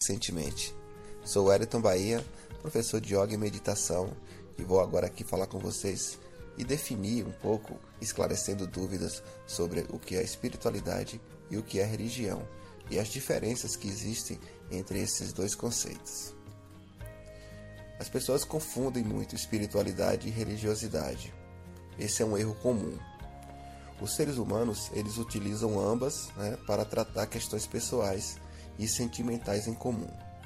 recentemente. Sou Wellington Bahia, professor de Yoga e Meditação, e vou agora aqui falar com vocês e definir um pouco, esclarecendo dúvidas sobre o que é espiritualidade e o que é religião, e as diferenças que existem entre esses dois conceitos. As pessoas confundem muito espiritualidade e religiosidade. Esse é um erro comum. Os seres humanos, eles utilizam ambas, para tratar questões pessoais e sentimentais em comum.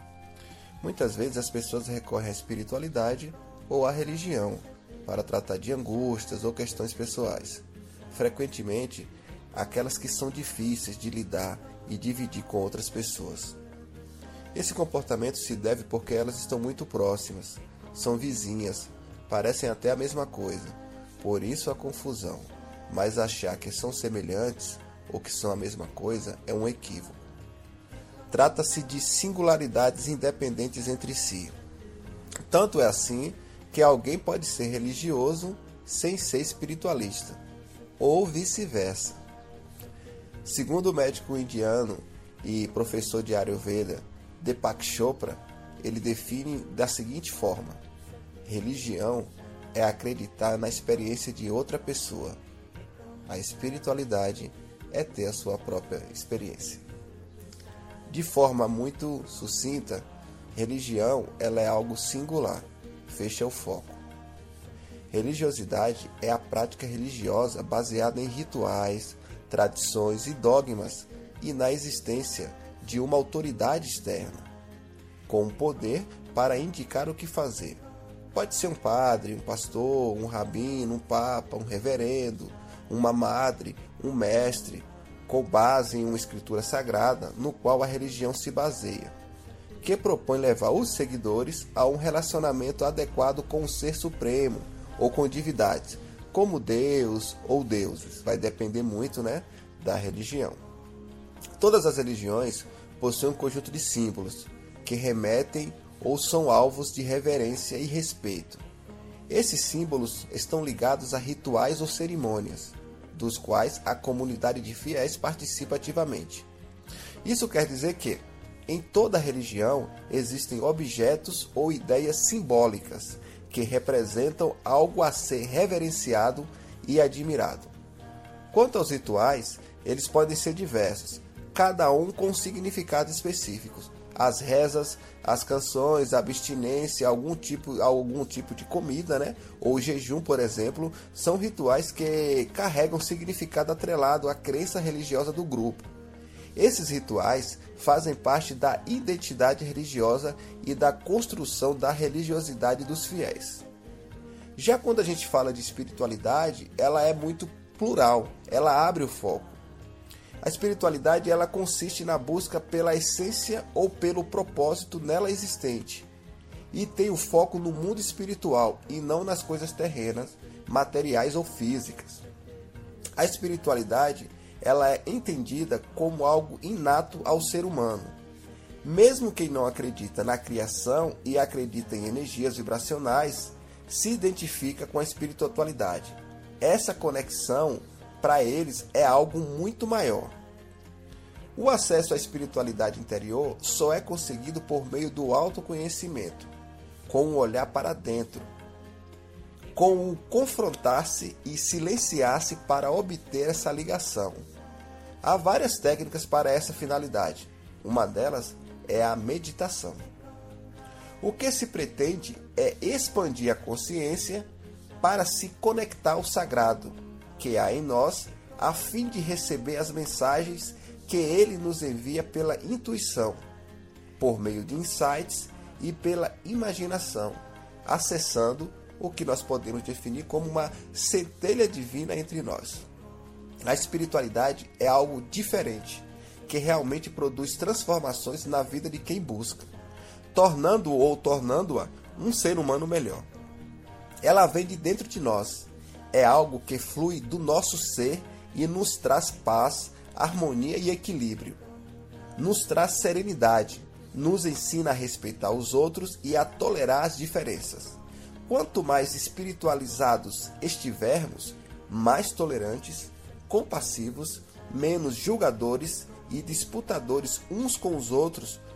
Muitas vezes as pessoas recorrem à espiritualidade ou à religião para tratar de angústias ou questões pessoais. Frequentemente, aquelas que são difíceis de lidar e dividir com outras pessoas. Esse comportamento se deve porque elas estão muito próximas, são vizinhas, parecem até a mesma coisa, por isso a confusão. Mas achar que são semelhantes ou que são a mesma coisa é um equívoco. Trata-se de singularidades independentes entre si. Tanto é assim que alguém pode ser religioso sem ser espiritualista, ou vice-versa. Segundo o médico indiano e professor de Ayurveda, Deepak Chopra, ele define da seguinte forma: religião é acreditar na experiência de outra pessoa. A espiritualidade é ter a sua própria experiência. De forma muito sucinta, religião ela é algo singular, fecha o foco. Religiosidade é a prática religiosa baseada em rituais, tradições e dogmas e na existência de uma autoridade externa, com poder para indicar o que fazer. Pode ser um padre, um pastor, um rabino, um papa, um reverendo, uma madre, um mestre, com base em uma escritura sagrada no qual a religião se baseia, que propõe levar os seguidores a um relacionamento adequado com o Ser Supremo ou com divindades, como Deus ou deuses. Vai depender muito, da religião. Todas as religiões possuem um conjunto de símbolos que remetem ou são alvos de reverência e respeito. Esses símbolos estão ligados a rituais ou cerimônias, dos quais a comunidade de fiéis participa ativamente. Isso quer dizer que, em toda religião, existem objetos ou ideias simbólicas que representam algo a ser reverenciado e admirado. Quanto aos rituais, eles podem ser diversos, cada um com significados específicos. As rezas, as canções, a abstinência, algum tipo de comida, ou jejum, por exemplo, são rituais que carregam significado atrelado à crença religiosa do grupo. Esses rituais fazem parte da identidade religiosa e da construção da religiosidade dos fiéis. Já quando a gente fala de espiritualidade, ela é muito plural, ela abre o foco. A espiritualidade ela consiste na busca pela essência ou pelo propósito nela existente e tem o foco no mundo espiritual e não nas coisas terrenas, materiais ou físicas. A espiritualidade ela é entendida como algo inato ao ser humano. Mesmo quem não acredita na criação e acredita em energias vibracionais, se identifica com a espiritualidade. Essa conexão para eles é algo muito maior. O acesso à espiritualidade interior só é conseguido por meio do autoconhecimento, com um olhar para dentro, com o confrontar-se e silenciar-se para obter essa ligação. Há várias técnicas para essa finalidade. Uma delas é a meditação. O que se pretende é expandir a consciência para se conectar ao sagrado que há em nós, a fim de receber as mensagens que ele nos envia pela intuição, por meio de insights e pela imaginação, acessando o que nós podemos definir como uma centelha divina entre nós. A espiritualidade é algo diferente, que realmente produz transformações na vida de quem busca, tornando-o ou tornando-a um ser humano melhor. Ela vem de dentro de nós, é algo que flui do nosso ser e nos traz paz, harmonia e equilíbrio. Nos traz serenidade, nos ensina a respeitar os outros e a tolerar as diferenças. Quanto mais espiritualizados estivermos, mais tolerantes, compassivos, menos julgadores e disputadores uns com os outros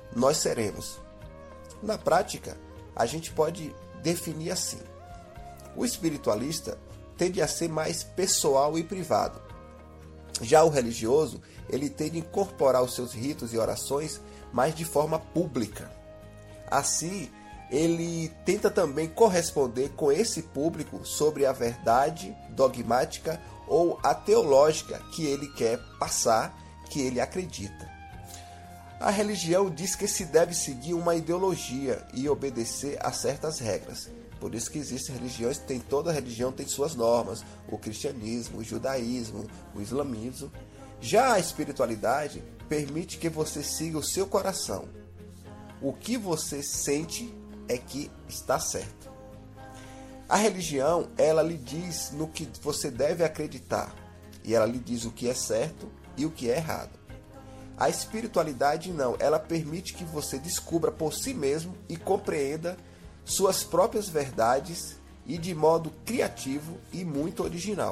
nós seremos. Na prática, a gente pode definir assim: o espiritualista tende a ser mais pessoal e privado. Já o religioso, ele tende a incorporar os seus ritos e orações, mas de forma pública. Assim, ele tenta também corresponder com esse público sobre a verdade dogmática ou a teológica que ele quer passar, que ele acredita. A religião diz que se deve seguir uma ideologia e obedecer a certas regras. Por isso que existem religiões, toda religião tem suas normas, o cristianismo, o judaísmo, o islamismo. Já a espiritualidade permite que você siga o seu coração. O que você sente é que está certo. A religião, ela lhe diz no que você deve acreditar, e ela lhe diz o que é certo e o que é errado. A espiritualidade não, ela permite que você descubra por si mesmo e compreenda suas próprias verdades e de modo criativo e muito original.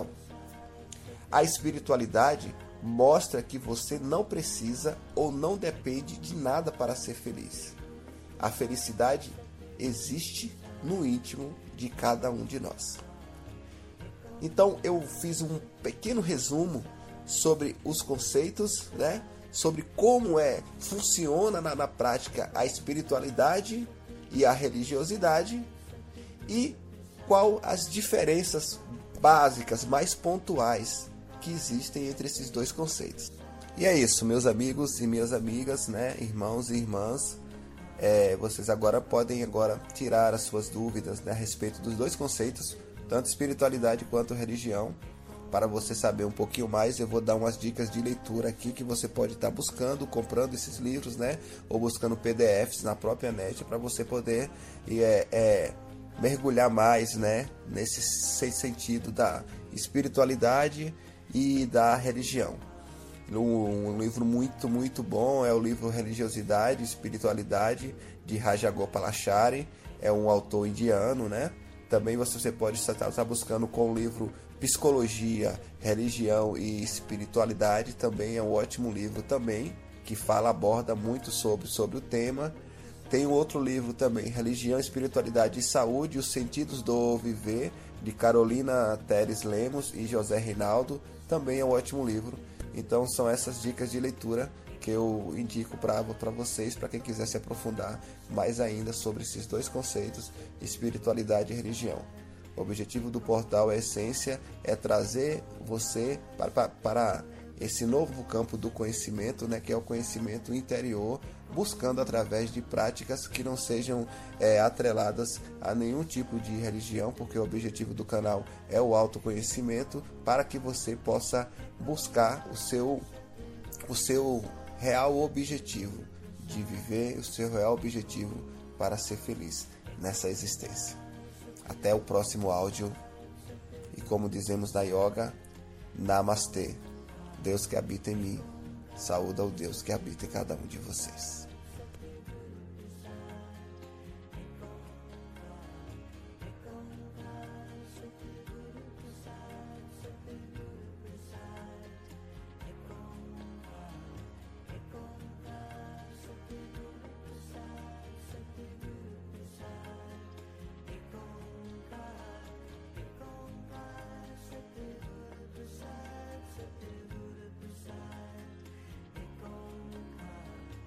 A espiritualidade mostra que você não precisa ou não depende de nada para ser feliz. A felicidade existe no íntimo de cada um de nós. Então eu fiz um pequeno resumo sobre os conceitos, sobre como funciona na prática a espiritualidade e a religiosidade e qual as diferenças básicas, mais pontuais que existem entre esses dois conceitos. E é isso, meus amigos e minhas amigas, irmãos e irmãs. Vocês agora podem tirar as suas dúvidas a respeito dos dois conceitos, tanto espiritualidade quanto religião. Para você saber um pouquinho mais, eu vou dar umas dicas de leitura aqui que você pode estar buscando, comprando esses livros, ou buscando PDFs na própria net para você poder mergulhar mais, nesse sentido da espiritualidade e da religião. Um livro muito, muito bom é o livro Religiosidade e Espiritualidade, de Rajagopalachari, é um autor indiano, Também você pode estar buscando com o livro Psicologia, Religião e Espiritualidade, também é um ótimo livro também, que aborda muito sobre o tema. Tem um outro livro também, Religião, Espiritualidade e Saúde, Os Sentidos do Viver, de Carolina Teres Lemos e José Reinaldo, também é um ótimo livro. Então são essas dicas de leitura que eu indico para vocês, para quem quiser se aprofundar mais ainda sobre esses dois conceitos, espiritualidade e religião. O objetivo do portal Essência é trazer você para esse novo campo do conhecimento, que é o conhecimento interior, buscando através de práticas que não sejam atreladas a nenhum tipo de religião, porque o objetivo do canal é o autoconhecimento, para que você possa buscar o seu real objetivo de viver, o seu real objetivo para ser feliz nessa existência. Até o próximo áudio. E como dizemos na yoga, Namastê. Deus que habita em mim, saúda o Deus que habita em cada um de vocês.